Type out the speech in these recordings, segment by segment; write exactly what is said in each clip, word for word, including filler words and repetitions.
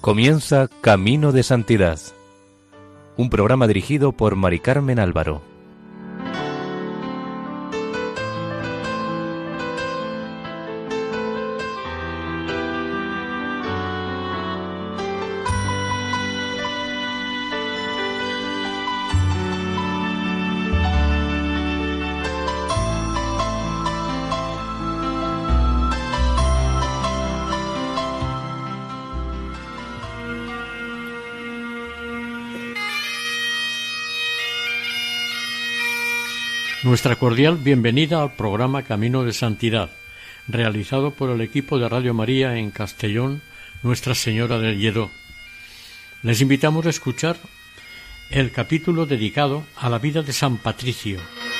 Comienza Camino de Santidad, un programa dirigido por Mari Carmen Álvaro. Nuestra cordial bienvenida al programa Camino de Santidad, realizado por el equipo de Radio María en Castellón, Nuestra Señora del Lledó. Les invitamos a escuchar el capítulo dedicado a la vida de San Patricio.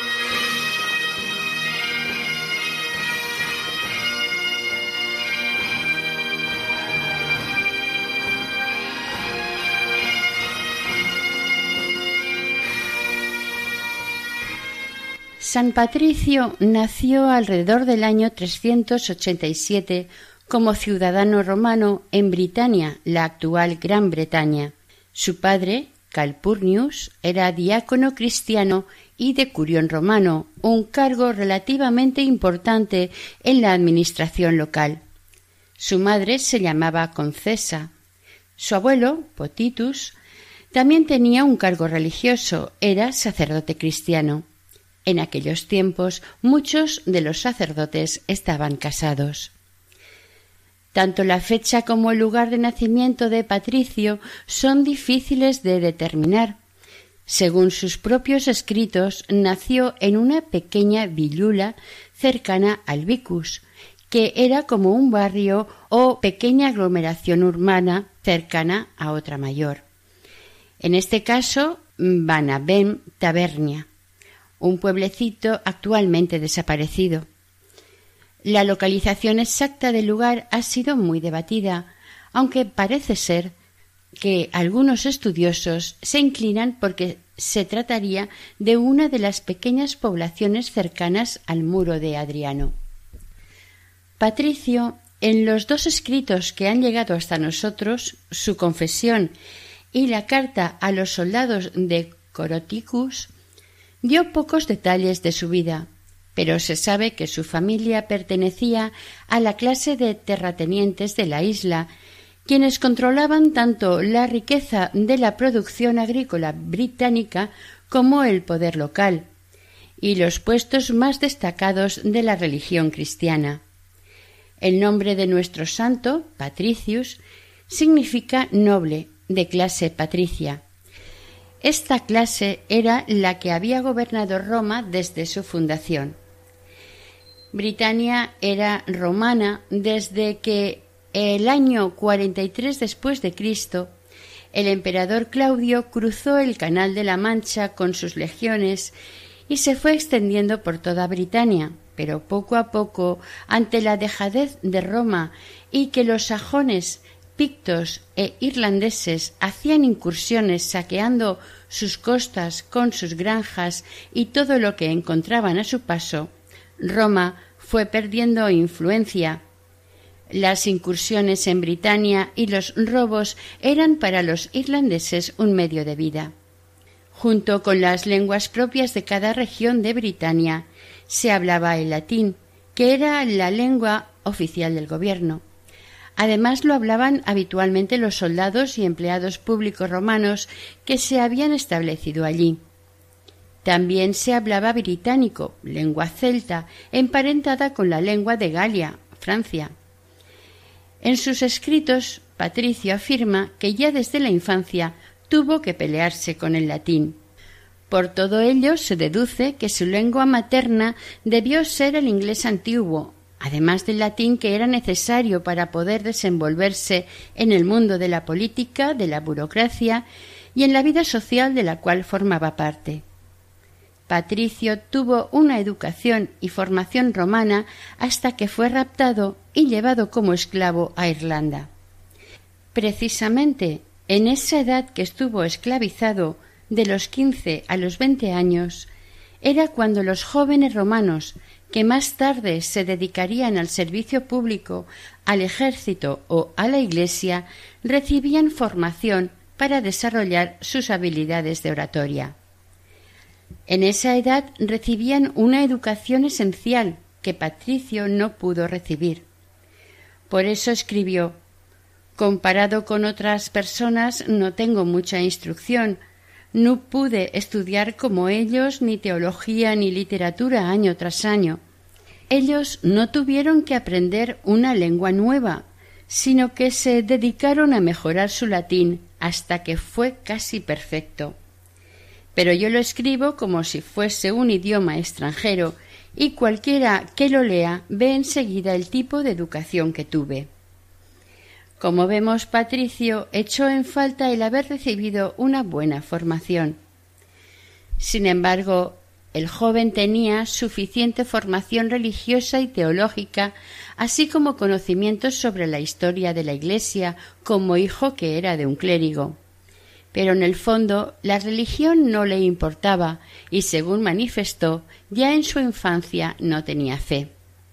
San Patricio nació alrededor del año trescientos ochenta y siete como ciudadano romano en Britania, la actual Gran Bretaña. Su padre, Calpurnius, era diácono cristiano y decurión romano, un cargo relativamente importante en la administración local. Su madre se llamaba Concesa. Su abuelo, Potitus, también tenía un cargo religioso, era sacerdote cristiano. En aquellos tiempos muchos de los sacerdotes estaban casados. Tanto la fecha como el lugar de nacimiento de Patricio son difíciles de determinar. Según sus propios escritos, nació en una pequeña villula cercana al Vicus, que era como un barrio o pequeña aglomeración urbana cercana a otra mayor. En este caso, Banabem Tabernia, un pueblecito actualmente desaparecido. La localización exacta del lugar ha sido muy debatida, aunque parece ser que algunos estudiosos se inclinan porque se trataría de una de las pequeñas poblaciones cercanas al muro de Adriano. Patricio, en los dos escritos que han llegado hasta nosotros, su confesión y la carta a los soldados de Coroticus, dio pocos detalles de su vida, pero se sabe que su familia pertenecía a la clase de terratenientes de la isla, quienes controlaban tanto la riqueza de la producción agrícola británica como el poder local, y los puestos más destacados de la religión cristiana. El nombre de nuestro santo, Patricius, significa noble, de clase patricia. Esta clase era la que había gobernado Roma desde su fundación. Britania era romana desde que el año cuarenta y tres después de Cristo el emperador Claudio cruzó el Canal de la Mancha con sus legiones y se fue extendiendo por toda Britania, pero poco a poco, ante la dejadez de Roma y que los sajones, pictos e irlandeses hacían incursiones saqueando sus costas con sus granjas y todo lo que encontraban a su paso, Roma fue perdiendo influencia. Las incursiones en Britania y los robos eran para los irlandeses un medio de vida. Junto con las lenguas propias de cada región de Britania, se hablaba el latín, que era la lengua oficial del gobierno. Además lo hablaban habitualmente los soldados y empleados públicos romanos que se habían establecido allí. También se hablaba británico, lengua celta, emparentada con la lengua de Galia, Francia. En sus escritos, Patricio afirma que ya desde la infancia tuvo que pelearse con el latín. Por todo ello se deduce que su lengua materna debió ser el inglés antiguo, además del latín que era necesario para poder desenvolverse en el mundo de la política, de la burocracia y en la vida social de la cual formaba parte. Patricio tuvo una educación y formación romana hasta que fue raptado y llevado como esclavo a Irlanda. Precisamente en esa edad que estuvo esclavizado, de los quince a los veinte años, era cuando los jóvenes romanos, que más tarde se dedicarían al servicio público, al ejército o a la Iglesia, recibían formación para desarrollar sus habilidades de oratoria. En esa edad recibían una educación esencial que Patricio no pudo recibir. Por eso escribió: «Comparado con otras personas no tengo mucha instrucción. No pude estudiar como ellos ni teología ni literatura año tras año. Ellos no tuvieron que aprender una lengua nueva, sino que se dedicaron a mejorar su latín hasta que fue casi perfecto. Pero yo lo escribo como si fuese un idioma extranjero, y cualquiera que lo lea ve enseguida el tipo de educación que tuve». Como vemos, Patricio echó en falta el haber recibido una buena formación. Sin embargo, el joven tenía suficiente formación religiosa y teológica, así como conocimientos sobre la historia de la Iglesia, como hijo que era de un clérigo. Pero en el fondo la religión no le importaba y, según manifestó, ya en su infancia no tenía fe.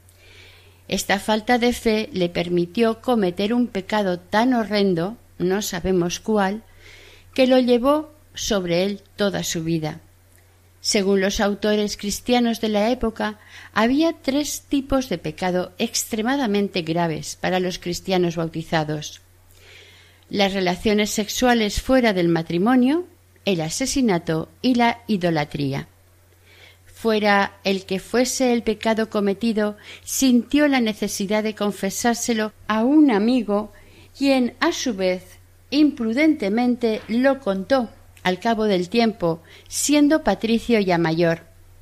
Esta falta de fe le permitió cometer un pecado tan horrendo, no sabemos cuál, que lo llevó sobre él toda su vida. Según los autores cristianos de la época, había tres tipos de pecado extremadamente graves para los cristianos bautizados: las relaciones sexuales fuera del matrimonio, el asesinato y la idolatría. Fuera el que fuese el pecado cometido, sintió la necesidad de confesárselo a un amigo, quien a su vez imprudentemente lo contó al cabo del tiempo, siendo Patricio ya mayor.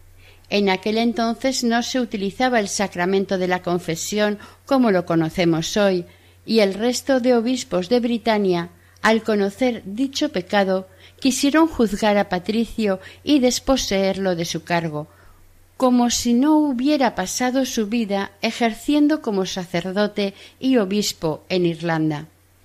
En aquel entonces no se utilizaba el sacramento de la confesión como lo conocemos hoy, y el resto de obispos de Britania, al conocer dicho pecado, quisieron juzgar a Patricio y desposeerlo de su cargo, como si no hubiera pasado su vida ejerciendo como sacerdote y obispo en Irlanda.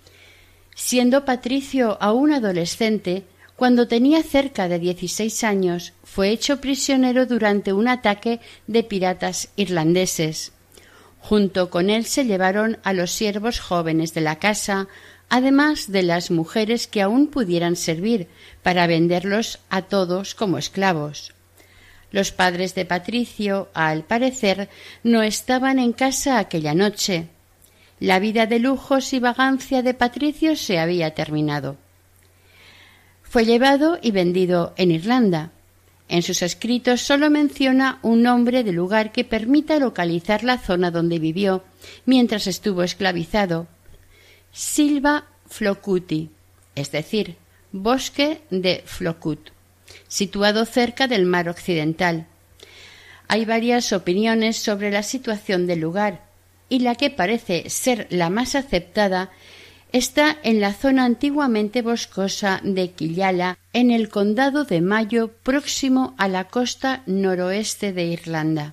Siendo Patricio aún adolescente, cuando tenía cerca de dieciséis años, fue hecho prisionero durante un ataque de piratas irlandeses. Junto con él se llevaron a los siervos jóvenes de la casa, además de las mujeres que aún pudieran servir, para venderlos a todos como esclavos. Los padres de Patricio, al parecer, no estaban en casa aquella noche. La vida de lujos y vagancia de Patricio se había terminado. Fue llevado y vendido en Irlanda. En sus escritos solo menciona un nombre de lugar que permita localizar la zona donde vivió mientras estuvo esclavizado: Silva Flocuti, es decir, bosque de Flocut, situado cerca del mar Occidental. Hay varias opiniones sobre la situación del lugar, y la que parece ser la más aceptada está en la zona antiguamente boscosa de Quillala, en el condado de Mayo, próximo a la costa noroeste de Irlanda.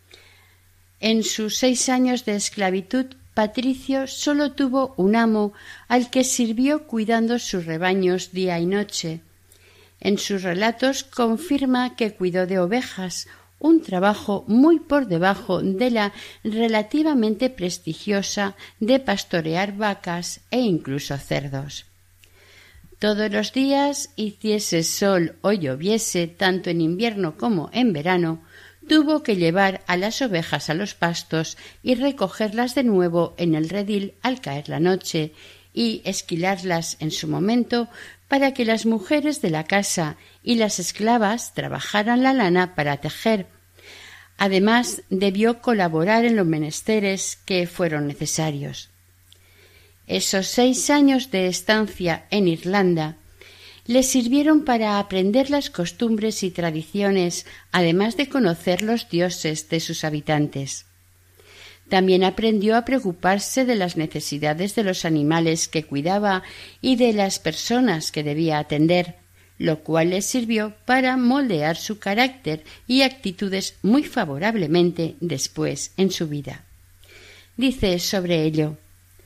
En sus seis años de esclavitud, Patricio solo tuvo un amo al que sirvió cuidando sus rebaños día y noche. En sus relatos confirma que cuidó de ovejas, un trabajo muy por debajo de la relativamente prestigiosa de pastorear vacas e incluso cerdos. Todos los días, hiciese sol o lloviese, tanto en invierno como en verano, tuvo que llevar a las ovejas a los pastos y recogerlas de nuevo en el redil al caer la noche, y esquilarlas en su momento para que las mujeres de la casa y las esclavas trabajaran la lana para tejer. Además, debió colaborar en los menesteres que fueron necesarios. Esos seis años de estancia en Irlanda le sirvieron para aprender las costumbres y tradiciones, además de conocer los dioses de sus habitantes. También aprendió a preocuparse de las necesidades de los animales que cuidaba y de las personas que debía atender, lo cual le sirvió para moldear su carácter y actitudes muy favorablemente después en su vida. Dice sobre ello: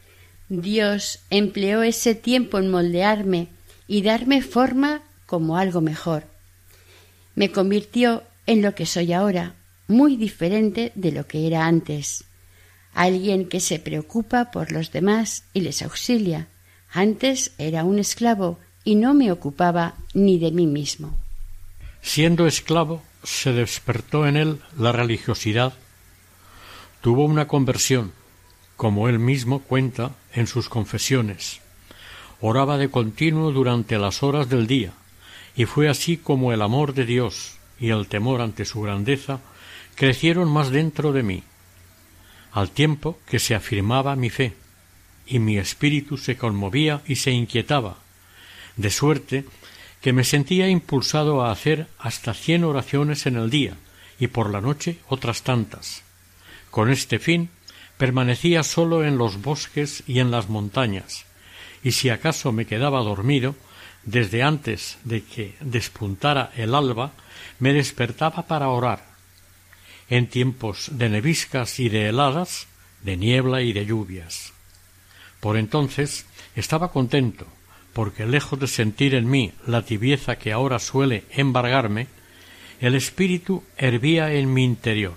Dios empleó ese tiempo en moldearme y darme forma como algo mejor. Me convirtió en lo que soy ahora, muy diferente de lo que era antes. Alguien que se preocupa por los demás y les auxilia. Antes era un esclavo y no me ocupaba ni de mí mismo. Siendo esclavo, se despertó en él la religiosidad. Tuvo una conversión, como él mismo cuenta en sus confesiones. Oraba de continuo durante las horas del día, y fue así como el amor de Dios y el temor ante su grandeza crecieron más dentro de mí, al tiempo que se afirmaba mi fe, y mi espíritu se conmovía y se inquietaba, de suerte que me sentía impulsado a hacer hasta cien oraciones en el día, y por la noche otras tantas. Con este fin permanecía solo en los bosques y en las montañas, y si acaso me quedaba dormido, desde antes de que despuntara el alba, me despertaba para orar, en tiempos de neviscas y de heladas, de niebla y de lluvias. Por entonces estaba contento, porque lejos de sentir en mí la tibieza que ahora suele embargarme, el espíritu hervía en mi interior.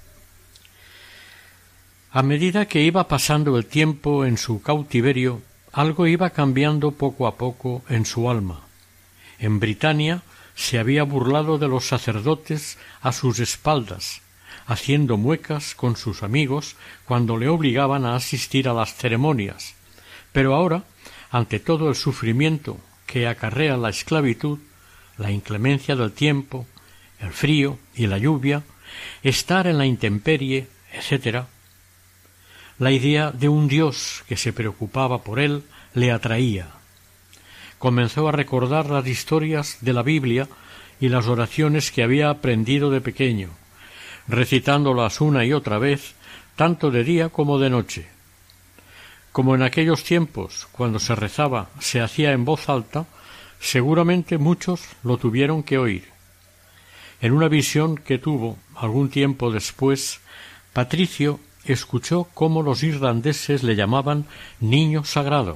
A medida que iba pasando el tiempo en su cautiverio, algo iba cambiando poco a poco en su alma. En Britania se había burlado de los sacerdotes a sus espaldas, haciendo muecas con sus amigos cuando le obligaban a asistir a las ceremonias, pero ahora, ante todo el sufrimiento que acarrea la esclavitud, la inclemencia del tiempo, el frío y la lluvia, estar en la intemperie, etcétera, la idea de un Dios que se preocupaba por él le atraía. Comenzó a recordar las historias de la Biblia y las oraciones que había aprendido de pequeño, recitándolas una y otra vez, tanto de día como de noche. Como en aquellos tiempos, cuando se rezaba, se hacía en voz alta, seguramente muchos lo tuvieron que oír. En una visión que tuvo algún tiempo después, Patricio escuchó cómo los irlandeses le llamaban niño sagrado.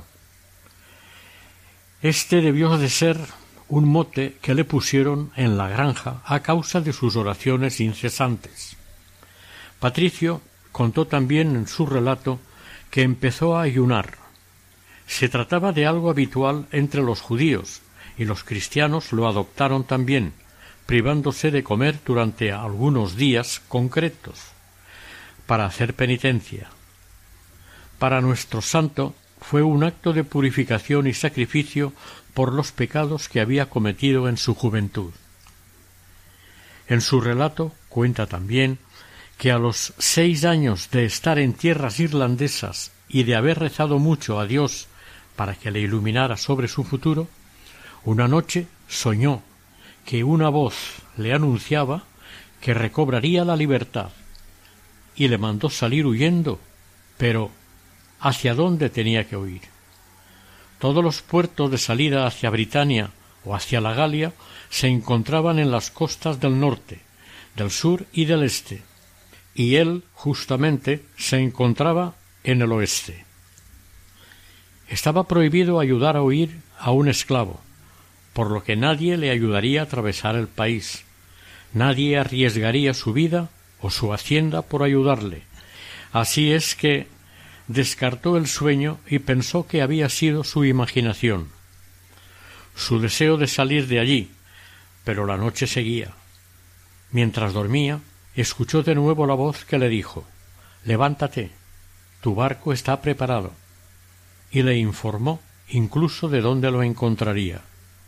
Este debió de ser un mote que le pusieron en la granja a causa de sus oraciones incesantes. Patricio contó también en su relato que empezó a ayunar. Se trataba de algo habitual entre los judíos, y los cristianos lo adoptaron también, privándose de comer durante algunos días concretos, para hacer penitencia. Para nuestro santo fue un acto de purificación y sacrificio por los pecados que había cometido en su juventud. En su relato cuenta también que a los seis años de estar en tierras irlandesas y de haber rezado mucho a Dios para que le iluminara sobre su futuro, una noche soñó que una voz le anunciaba que recobraría la libertad, y le mandó salir huyendo, pero ¿hacia dónde tenía que huir? Todos los puertos de salida hacia Britania o hacia la Galia se encontraban en las costas del norte, del sur y del este, y él justamente se encontraba en el oeste. Estaba prohibido ayudar a huir a un esclavo, por lo que nadie le ayudaría a atravesar el país. Nadie arriesgaría su vida o su hacienda por ayudarle. Así es que descartó el sueño y pensó que había sido su imaginación, su deseo de salir de allí, pero la noche seguía. Mientras dormía, escuchó de nuevo la voz que le dijo: «Levántate, tu barco está preparado», y le informó incluso de dónde lo encontraría.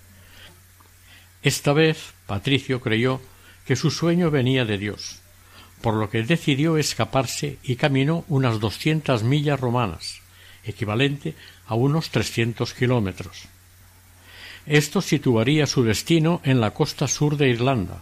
Esta vez Patricio creyó que su sueño venía de Dios, por lo que decidió escaparse y caminó unas doscientas millas romanas, equivalente a unos trescientos kilómetros. Esto situaría su destino en la costa sur de Irlanda,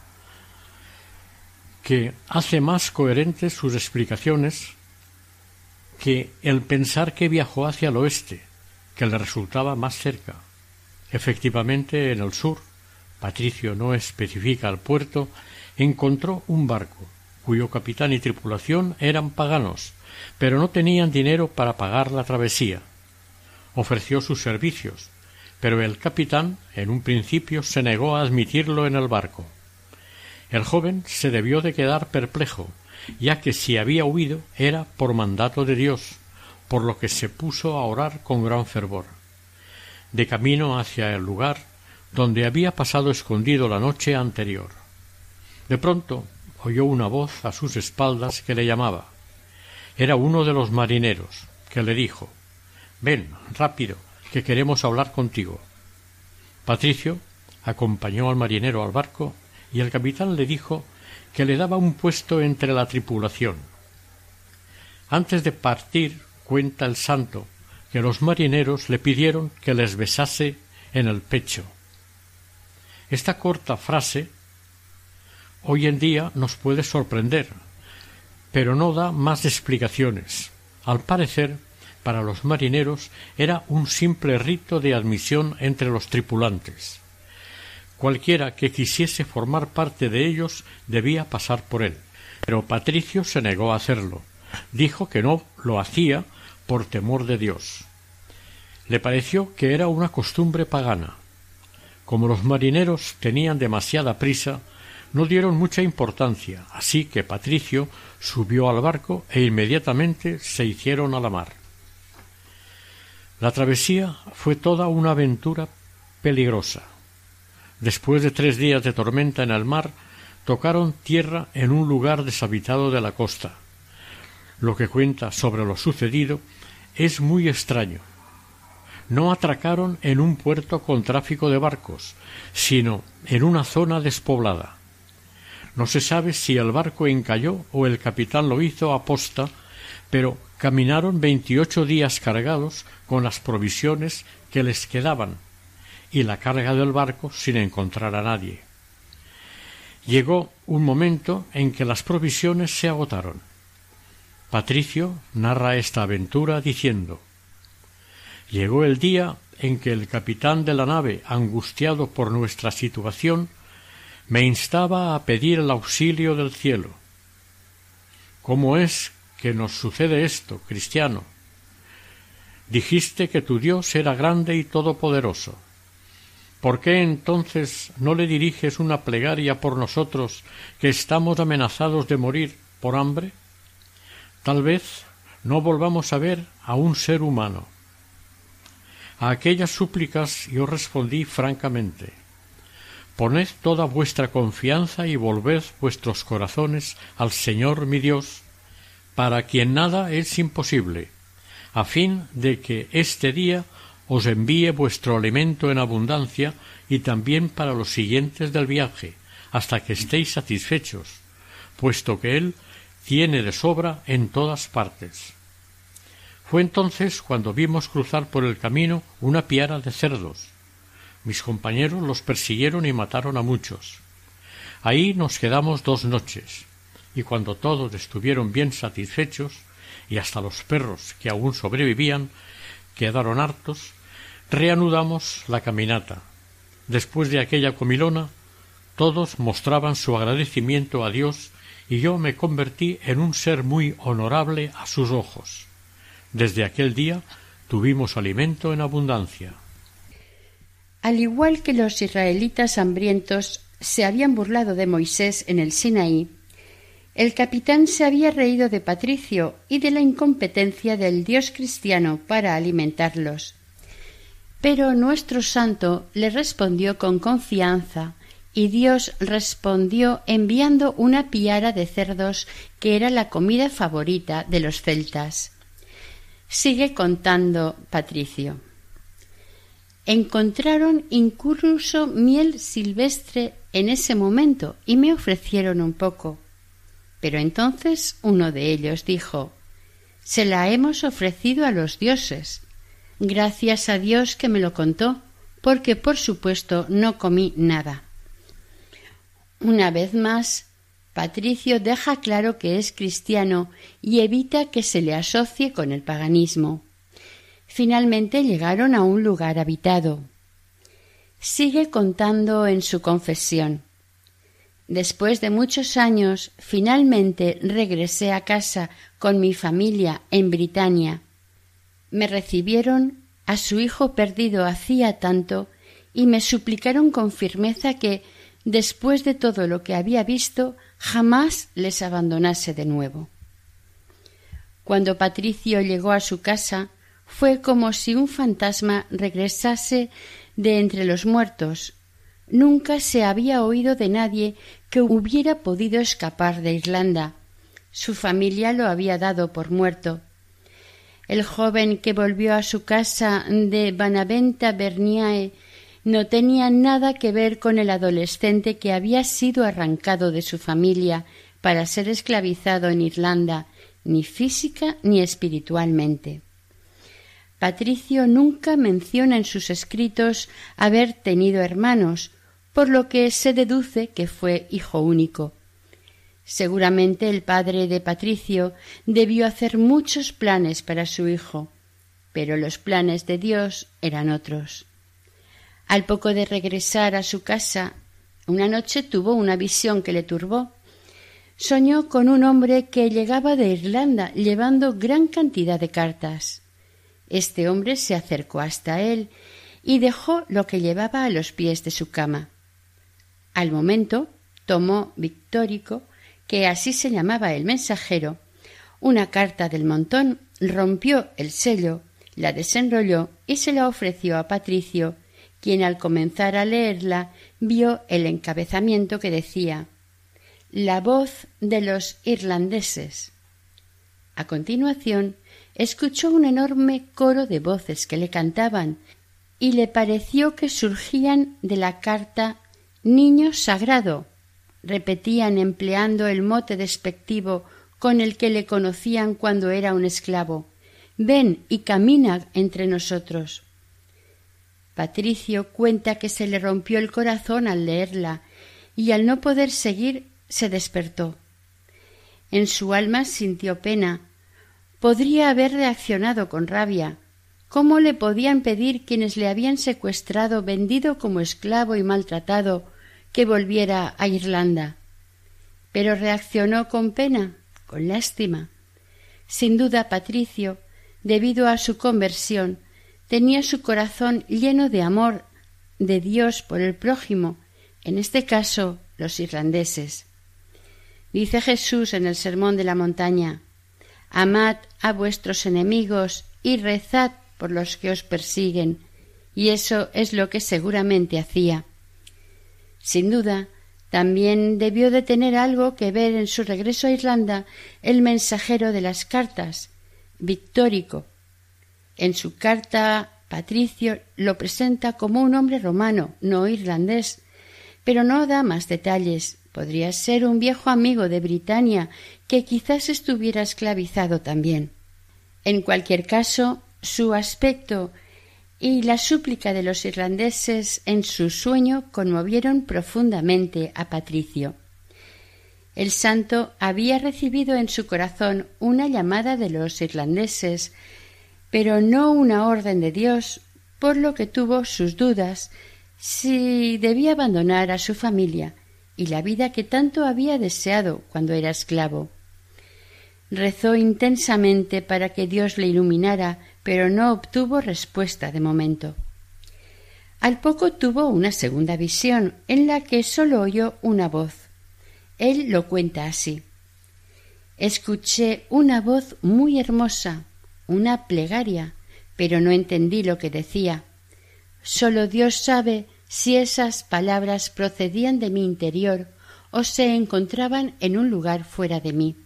que hace más coherentes sus explicaciones que el pensar que viajó hacia el oeste, que le resultaba más cerca. Efectivamente, en el sur, Patricio no especifica el puerto, encontró un barco, cuyo capitán y tripulación eran paganos, pero no tenían dinero para pagar la travesía. Ofreció sus servicios, pero el capitán en un principio se negó a admitirlo en el barco. El joven se debió de quedar perplejo, ya que si había huido era por mandato de Dios, por lo que se puso a orar con gran fervor. De camino hacia el lugar donde había pasado escondido la noche anterior. De pronto oyó una voz a sus espaldas que le llamaba. Era uno de los marineros, que le dijo: «Ven, rápido, que queremos hablar contigo». Patricio acompañó al marinero al barco y el capitán le dijo que le daba un puesto entre la tripulación. Antes de partir, cuenta el santo que los marineros le pidieron que les besase en el pecho. Esta corta frase hoy en día nos puede sorprender, pero no da más explicaciones. Al parecer, para los marineros era un simple rito de admisión entre los tripulantes. Cualquiera que quisiese formar parte de ellos debía pasar por él, pero Patricio se negó a hacerlo. Dijo que no lo hacía por temor de Dios. Le pareció que era una costumbre pagana. Como los marineros tenían demasiada prisa, no dieron mucha importancia, así que Patricio subió al barco e inmediatamente se hicieron a la mar. La travesía fue toda una aventura peligrosa. Después de tres días de tormenta en el mar, tocaron tierra en un lugar deshabitado de la costa. Lo que cuenta sobre lo sucedido es muy extraño. No atracaron en un puerto con tráfico de barcos, sino en una zona despoblada. No se sabe si el barco encalló o el capitán lo hizo aposta, pero caminaron veintiocho días cargados con las provisiones que les quedaban y la carga del barco sin encontrar a nadie. Llegó un momento en que las provisiones se agotaron. Patricio narra esta aventura diciendo: «Llegó el día en que el capitán de la nave, angustiado por nuestra situación, me instaba a pedir el auxilio del cielo. ¿Cómo es que nos sucede esto, cristiano? Dijiste que tu Dios era grande y todopoderoso. ¿Por qué entonces no le diriges una plegaria por nosotros que estamos amenazados de morir por hambre? Tal vez no volvamos a ver a un ser humano». A aquellas súplicas yo respondí francamente: «Poned toda vuestra confianza y volved vuestros corazones al Señor mi Dios, para quien nada es imposible, a fin de que este día os envíe vuestro alimento en abundancia y también para los siguientes del viaje, hasta que estéis satisfechos, puesto que Él tiene de sobra en todas partes». Fue entonces cuando vimos cruzar por el camino una piara de cerdos. Mis compañeros los persiguieron y mataron a muchos. Ahí nos quedamos dos noches, y cuando todos estuvieron bien satisfechos, y hasta los perros que aún sobrevivían quedaron hartos, reanudamos la caminata. Después de aquella comilona, todos mostraban su agradecimiento a Dios y yo me convertí en un ser muy honorable a sus ojos. Desde aquel día tuvimos alimento en abundancia. Al igual que los israelitas hambrientos se habían burlado de Moisés en el Sinaí, el capitán se había reído de Patricio y de la incompetencia del Dios cristiano para alimentarlos. Pero nuestro santo le respondió con confianza, y Dios respondió enviando una piara de cerdos que era la comida favorita de los celtas. Sigue contando Patricio. Encontraron incluso miel silvestre en ese momento y me ofrecieron un poco. Pero entonces uno de ellos dijo: «Se la hemos ofrecido a los dioses. Gracias a Dios que me lo contó, porque por supuesto no comí nada». Una vez más, Patricio deja claro que es cristiano y evita que se le asocie con el paganismo. Finalmente llegaron a un lugar habitado. Sigue contando en su confesión: «Después de muchos años, finalmente regresé a casa con mi familia en Britania. Me recibieron a su hijo perdido hacía tanto y me suplicaron con firmeza que, después de todo lo que había visto, jamás les abandonase de nuevo. Cuando Patricio llegó a su casa, fue como si un fantasma regresase de entre los muertos. Nunca se había oído de nadie que hubiera podido escapar de Irlanda. Su familia lo había dado por muerto. El joven que volvió a su casa de Banaventa Berniae no tenía nada que ver con el adolescente que había sido arrancado de su familia para ser esclavizado en Irlanda, ni física ni espiritualmente. Patricio nunca menciona en sus escritos haber tenido hermanos, por lo que se deduce que fue hijo único. Seguramente el padre de Patricio debió hacer muchos planes para su hijo, pero los planes de Dios eran otros. Al poco de regresar a su casa, una noche tuvo una visión que le turbó. Soñó con un hombre que llegaba de Irlanda llevando gran cantidad de cartas. Este hombre se acercó hasta él y dejó lo que llevaba a los pies de su cama. Al momento tomó Victórico, que así se llamaba el mensajero, una carta del montón, rompió el sello, la desenrolló y se la ofreció a Patricio, quien al comenzar a leerla vio el encabezamiento que decía: «La voz de los irlandeses». A continuación escuchó un enorme coro de voces que le cantaban y le pareció que surgían de la carta «Niño sagrado». Repetían empleando el mote despectivo con el que le conocían cuando era un esclavo: «Ven y camina entre nosotros». Patricio cuenta que se le rompió el corazón al leerla y al no poder seguir se despertó. En su alma sintió pena. Podría haber reaccionado con rabia. ¿Cómo le podían pedir quienes le habían secuestrado, vendido como esclavo y maltratado, que volviera a Irlanda? Pero reaccionó con pena, con lástima. Sin duda Patricio, debido a su conversión, tenía su corazón lleno de amor de Dios por el prójimo, en este caso los irlandeses. Dice Jesús en el Sermón de la Montaña: «Amad a vuestros enemigos y rezad por los que os persiguen», y eso es lo que seguramente hacía. Sin duda, también debió de tener algo que ver en su regreso a Irlanda el mensajero de las cartas, Victórico. En su carta, Patricio lo presenta como un hombre romano, no irlandés, pero no da más detalles. Podría ser un viejo amigo de Britania que quizás estuviera esclavizado también. En cualquier caso, su aspecto y la súplica de los irlandeses en su sueño conmovieron profundamente a Patricio. El santo había recibido en su corazón una llamada de los irlandeses, pero no una orden de Dios, por lo que tuvo sus dudas si debía abandonar a su familia y la vida que tanto había deseado cuando era esclavo. Rezó intensamente para que Dios le iluminara, pero no obtuvo respuesta de momento. Al poco tuvo una segunda visión, en la que sólo oyó una voz. Él lo cuenta así: «Escuché una voz muy hermosa, una plegaria, pero no entendí lo que decía. Solo Dios sabe si esas palabras procedían de mi interior o se encontraban en un lugar fuera de mí».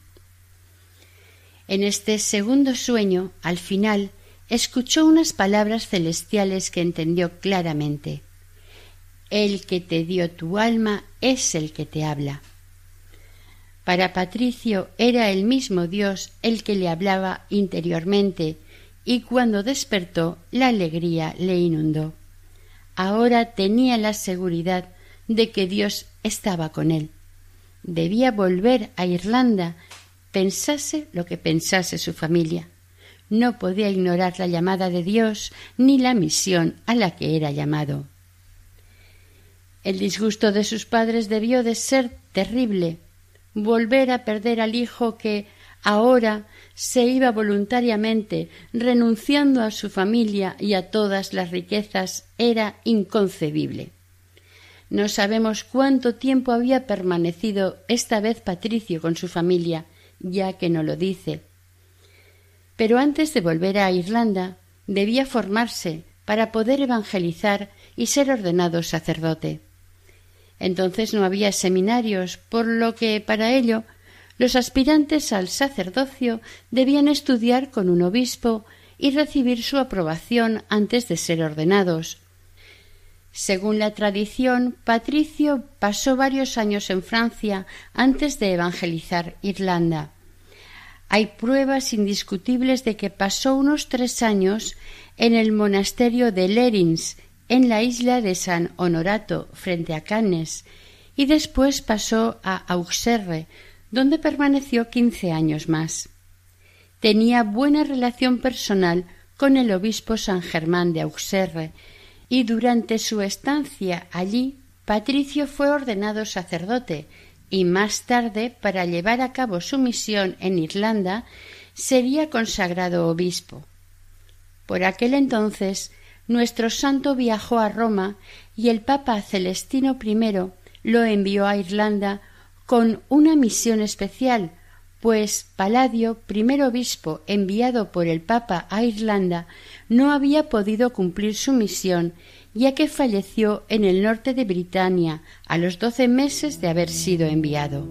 En este segundo sueño, al final, escuchó unas palabras celestiales que entendió claramente: «El que te dio tu alma es el que te habla». Para Patricio era el mismo Dios el que le hablaba interiormente, y cuando despertó la alegría le inundó. Ahora tenía la seguridad de que Dios estaba con él. Debía volver a Irlanda, pensase lo que pensase su familia. No podía ignorar la llamada de Dios ni la misión a la que era llamado. El disgusto de sus padres debió de ser terrible. Volver a perder al hijo que ahora se iba voluntariamente, renunciando a su familia y a todas las riquezas, era inconcebible. No sabemos cuánto tiempo había permanecido esta vez Patricio con su familia, ya que no lo dice. Pero antes de volver a Irlanda, debía formarse para poder evangelizar y ser ordenado sacerdote. Entonces no había seminarios, por lo que para ello los aspirantes al sacerdocio debían estudiar con un obispo y recibir su aprobación antes de ser ordenados. Según la tradición, Patricio pasó varios años en Francia antes de evangelizar Irlanda. Hay pruebas indiscutibles de que pasó unos tres años en el monasterio de Lerins, en la isla de San Honorato, frente a Cannes, y después pasó a Auxerre, donde permaneció quince años más. Tenía buena relación personal con el obispo San Germán de Auxerre, y durante su estancia allí, Patricio fue ordenado sacerdote, y más tarde, para llevar a cabo su misión en Irlanda, sería consagrado obispo. Por aquel entonces, nuestro santo viajó a Roma y el Papa Celestino primero lo envió a Irlanda con una misión especial, pues Paladio, primer obispo enviado por el Papa a Irlanda, no había podido cumplir su misión, ya que falleció en el norte de Britania a los doce meses de haber sido enviado.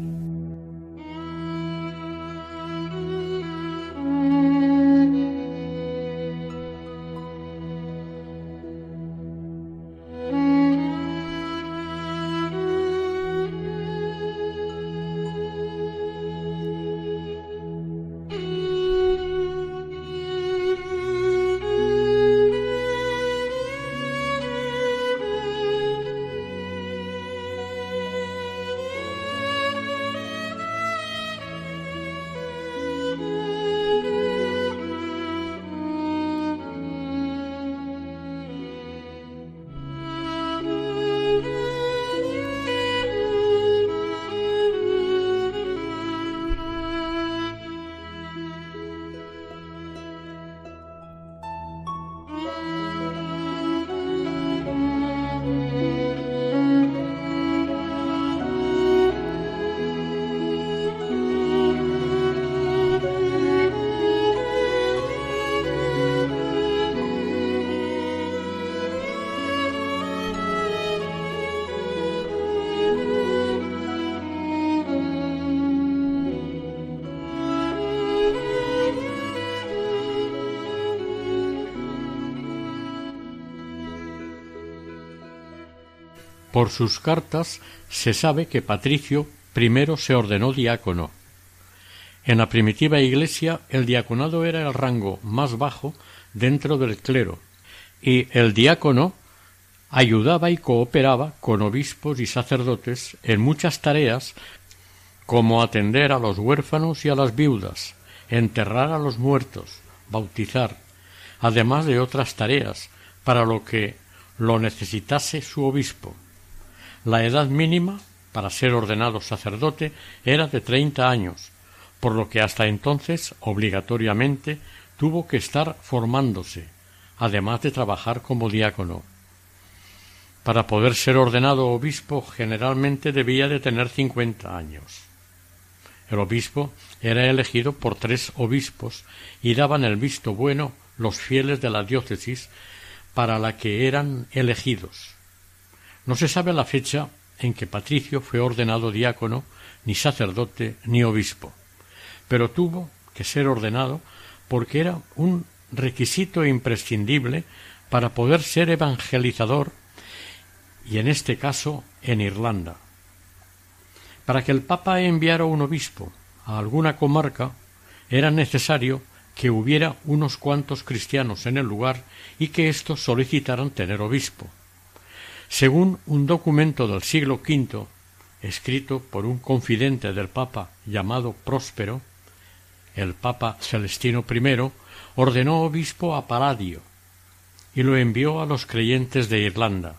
Por sus cartas se sabe que Patricio primero se ordenó diácono. En la primitiva Iglesia el diaconado era el rango más bajo dentro del clero, y el diácono ayudaba y cooperaba con obispos y sacerdotes en muchas tareas, como atender a los huérfanos y a las viudas, enterrar a los muertos, bautizar, además de otras tareas para lo que lo necesitase su obispo. La edad mínima para ser ordenado sacerdote era de treinta años, por lo que hasta entonces obligatoriamente tuvo que estar formándose, además de trabajar como diácono. Para poder ser ordenado obispo generalmente debía de tener cincuenta años. El obispo era elegido por tres obispos y daban el visto bueno los fieles de la diócesis para la que eran elegidos. No se sabe la fecha en que Patricio fue ordenado diácono, ni sacerdote, ni obispo, pero tuvo que ser ordenado porque era un requisito imprescindible para poder ser evangelizador, y en este caso en Irlanda. Para que el Papa enviara un obispo a alguna comarca, era necesario que hubiera unos cuantos cristianos en el lugar y que éstos solicitaran tener obispo. Según un documento del siglo quinto, escrito por un confidente del Papa llamado Próspero, el Papa Celestino primero ordenó obispo a Paladio y lo envió a los creyentes de Irlanda.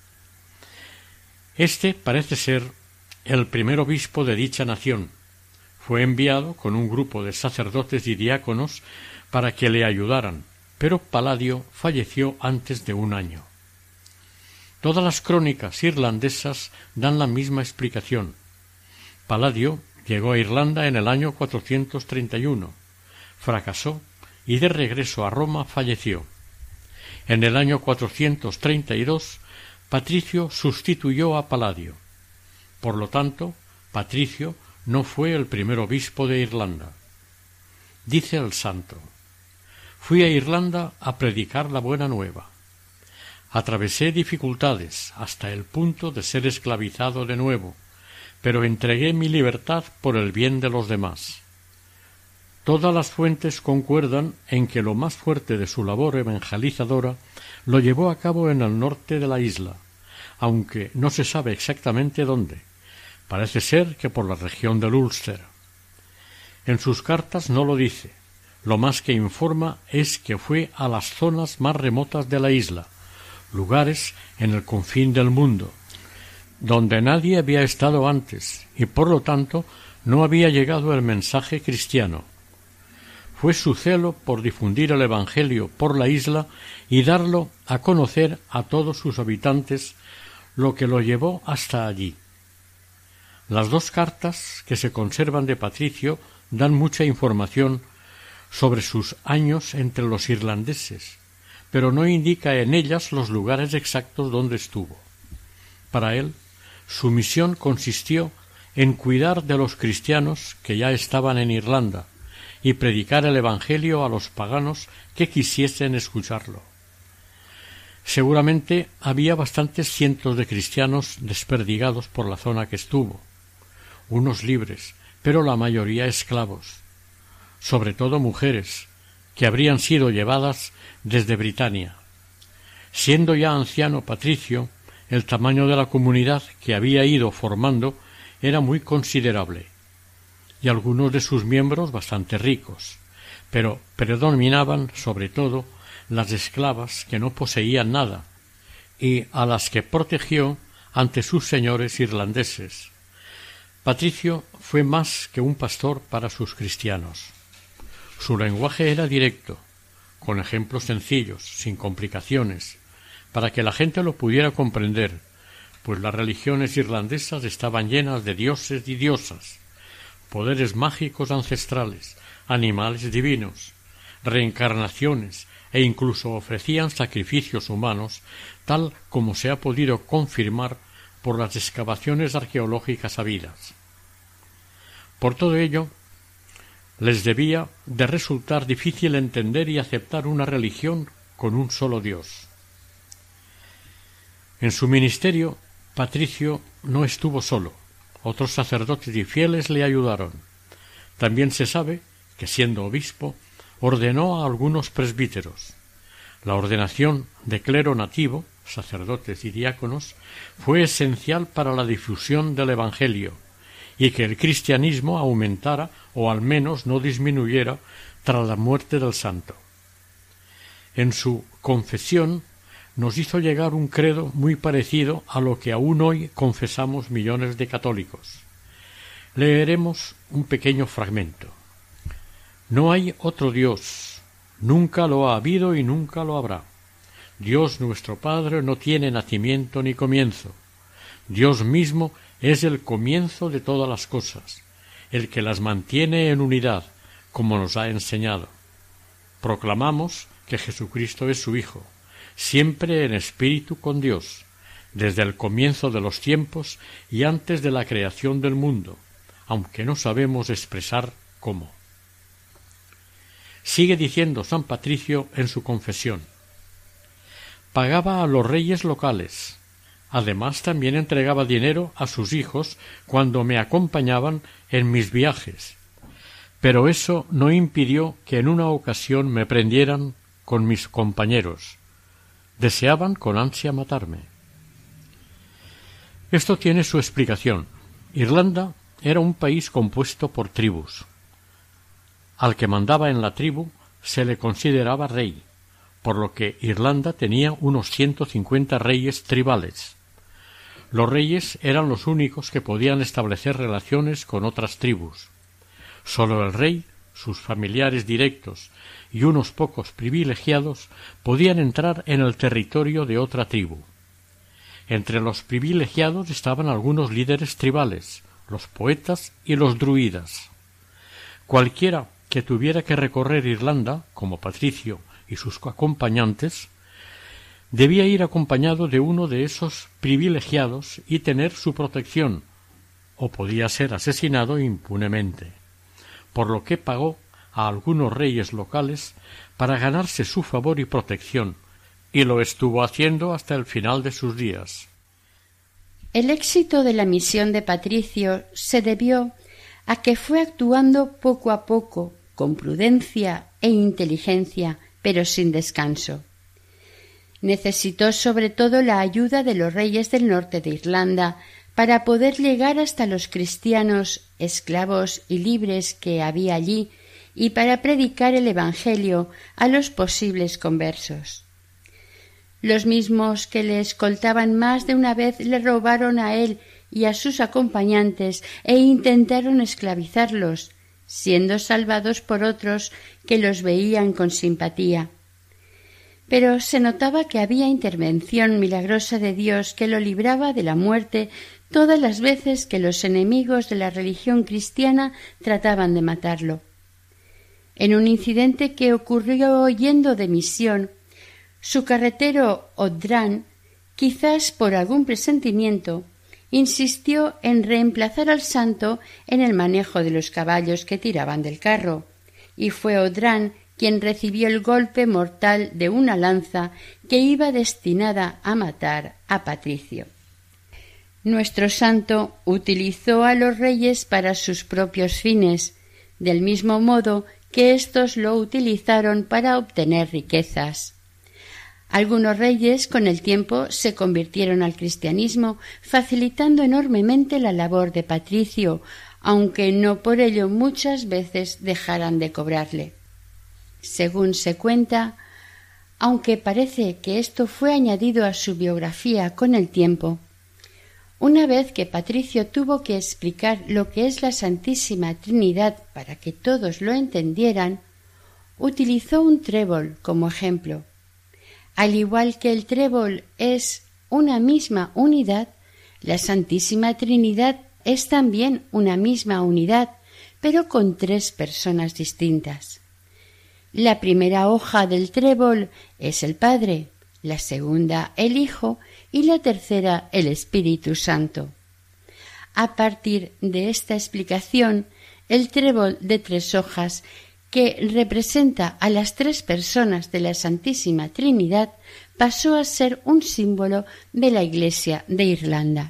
Este parece ser el primer obispo de dicha nación. Fue enviado con un grupo de sacerdotes y diáconos para que le ayudaran, pero Paladio falleció antes de un año. Todas las crónicas irlandesas dan la misma explicación. Palladio llegó a Irlanda en el año cuatrocientos treinta y uno, fracasó y de regreso a Roma falleció. En el año cuatrocientos treinta y dos, Patricio sustituyó a Palladio. Por lo tanto, Patricio no fue el primer obispo de Irlanda. Dice el santo: fui a Irlanda a predicar la buena nueva. Atravesé dificultades hasta el punto de ser esclavizado de nuevo, pero entregué mi libertad por el bien de los demás. Todas las fuentes concuerdan en que lo más fuerte de su labor evangelizadora lo llevó a cabo en el norte de la isla, aunque no se sabe exactamente dónde. Parece ser que por la región del Ulster. En sus cartas no lo dice. Lo más que informa es que fue a las zonas más remotas de la isla, lugares en el confín del mundo, donde nadie había estado antes y por lo tanto no había llegado el mensaje cristiano. Fue su celo por difundir el Evangelio por la isla y darlo a conocer a todos sus habitantes lo que lo llevó hasta allí. Las dos cartas que se conservan de Patricio dan mucha información sobre sus años entre los irlandeses, pero no indica en ellas los lugares exactos donde estuvo. Para él, su misión consistió en cuidar de los cristianos que ya estaban en Irlanda y predicar el Evangelio a los paganos que quisiesen escucharlo. Seguramente había bastantes cientos de cristianos desperdigados por la zona que estuvo, unos libres, pero la mayoría esclavos, sobre todo mujeres, que habrían sido llevadas desde Britania. Siendo ya anciano Patricio, el tamaño de la comunidad que había ido formando era muy considerable, y algunos de sus miembros bastante ricos, pero predominaban sobre todo las esclavas que no poseían nada, y a las que protegió ante sus señores irlandeses. Patricio fue más que un pastor para sus cristianos. Su lenguaje era directo, con ejemplos sencillos, sin complicaciones, para que la gente lo pudiera comprender, pues las religiones irlandesas estaban llenas de dioses y diosas, poderes mágicos ancestrales, animales divinos, reencarnaciones e incluso ofrecían sacrificios humanos, tal como se ha podido confirmar por las excavaciones arqueológicas habidas. Por todo ello, les debía de resultar difícil entender y aceptar una religión con un solo Dios. En su ministerio, Patricio no estuvo solo. Otros sacerdotes y fieles le ayudaron. También se sabe que, siendo obispo, ordenó a algunos presbíteros. La ordenación de clero nativo, sacerdotes y diáconos, fue esencial para la difusión del Evangelio y que el cristianismo aumentara o al menos no disminuyera tras la muerte del santo. En su confesión nos hizo llegar un credo muy parecido a lo que aún hoy confesamos millones de católicos. Leeremos un pequeño fragmento. No hay otro Dios, nunca lo ha habido y nunca lo habrá. Dios nuestro Padre no tiene nacimiento ni comienzo. Dios mismo es el comienzo de todas las cosas, el que las mantiene en unidad, como nos ha enseñado. Proclamamos que Jesucristo es su Hijo, siempre en espíritu con Dios, desde el comienzo de los tiempos y antes de la creación del mundo, aunque no sabemos expresar cómo. Sigue diciendo San Patricio en su confesión. Pagaba a los reyes locales. Además, también entregaba dinero a sus hijos cuando me acompañaban en mis viajes. Pero eso no impidió que en una ocasión me prendieran con mis compañeros. Deseaban con ansia matarme. Esto tiene su explicación. Irlanda era un país compuesto por tribus. Al que mandaba en la tribu se le consideraba rey, por lo que Irlanda tenía unos ciento cincuenta reyes tribales. Los reyes eran los únicos que podían establecer relaciones con otras tribus. Sólo el rey, sus familiares directos y unos pocos privilegiados podían entrar en el territorio de otra tribu. Entre los privilegiados estaban algunos líderes tribales, los poetas y los druidas. Cualquiera que tuviera que recorrer Irlanda, como Patricio y sus acompañantes, debía ir acompañado de uno de esos privilegiados y tener su protección, o podía ser asesinado impunemente, por lo que pagó a algunos reyes locales para ganarse su favor y protección, y lo estuvo haciendo hasta el final de sus días. El éxito de la misión de Patricio se debió a que fue actuando poco a poco, con prudencia e inteligencia, pero sin descanso. Necesitó sobre todo la ayuda de los reyes del norte de Irlanda para poder llegar hasta los cristianos, esclavos y libres que había allí y para predicar el Evangelio a los posibles conversos. Los mismos que le escoltaban más de una vez le robaron a él y a sus acompañantes e intentaron esclavizarlos, siendo salvados por otros que los veían con simpatía. Pero se notaba que había intervención milagrosa de Dios que lo libraba de la muerte todas las veces que los enemigos de la religión cristiana trataban de matarlo. En un incidente que ocurrió yendo de misión, su carretero Odrán, quizás por algún presentimiento, insistió en reemplazar al santo en el manejo de los caballos que tiraban del carro, y fue Odrán quien recibió el golpe mortal de una lanza que iba destinada a matar a Patricio. Nuestro santo utilizó a los reyes para sus propios fines, del mismo modo que éstos lo utilizaron para obtener riquezas. Algunos reyes con el tiempo se convirtieron al cristianismo, facilitando enormemente la labor de Patricio, aunque no por ello muchas veces dejaran de cobrarle. Según se cuenta, aunque parece que esto fue añadido a su biografía con el tiempo, una vez que Patricio tuvo que explicar lo que es la Santísima Trinidad para que todos lo entendieran, utilizó un trébol como ejemplo. Al igual que el trébol es una misma unidad, la Santísima Trinidad es también una misma unidad, pero con tres personas distintas. La primera hoja del trébol es el Padre, la segunda el Hijo y la tercera el Espíritu Santo. A partir de esta explicación, el trébol de tres hojas, que representa a las tres personas de la Santísima Trinidad, pasó a ser un símbolo de la Iglesia de Irlanda.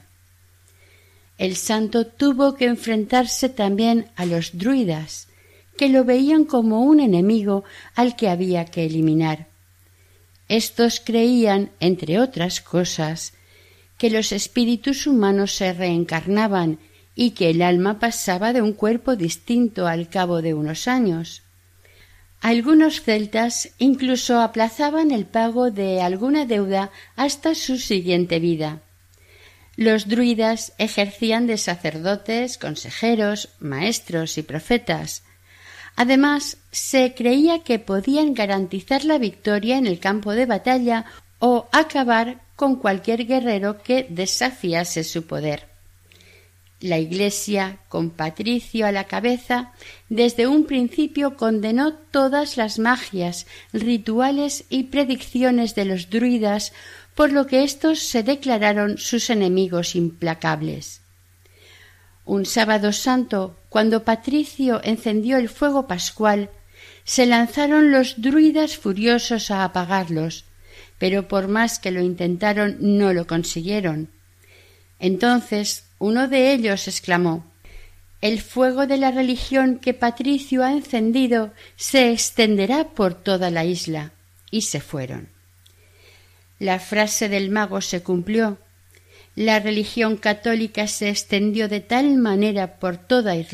El santo tuvo que enfrentarse también a los druidas, que lo veían como un enemigo al que había que eliminar. Estos creían, entre otras cosas, que los espíritus humanos se reencarnaban y que el alma pasaba de un cuerpo distinto al cabo de unos años. Algunos celtas incluso aplazaban el pago de alguna deuda hasta su siguiente vida. Los druidas ejercían de sacerdotes, consejeros, maestros y profetas. Además, se creía que podían garantizar la victoria en el campo de batalla o acabar con cualquier guerrero que desafiase su poder. La Iglesia, con Patricio a la cabeza, desde un principio condenó todas las magias, rituales y predicciones de los druidas, por lo que éstos se declararon sus enemigos implacables. Un sábado santo, cuando Patricio encendió el fuego pascual, se lanzaron los druidas furiosos a apagarlos, pero por más que lo intentaron no lo consiguieron. Entonces uno de ellos exclamó: «El fuego de la religión que Patricio ha encendido se extenderá por toda la isla», y se fueron. La frase del mago se cumplió. La religión católica se extendió de tal manera por toda Irlanda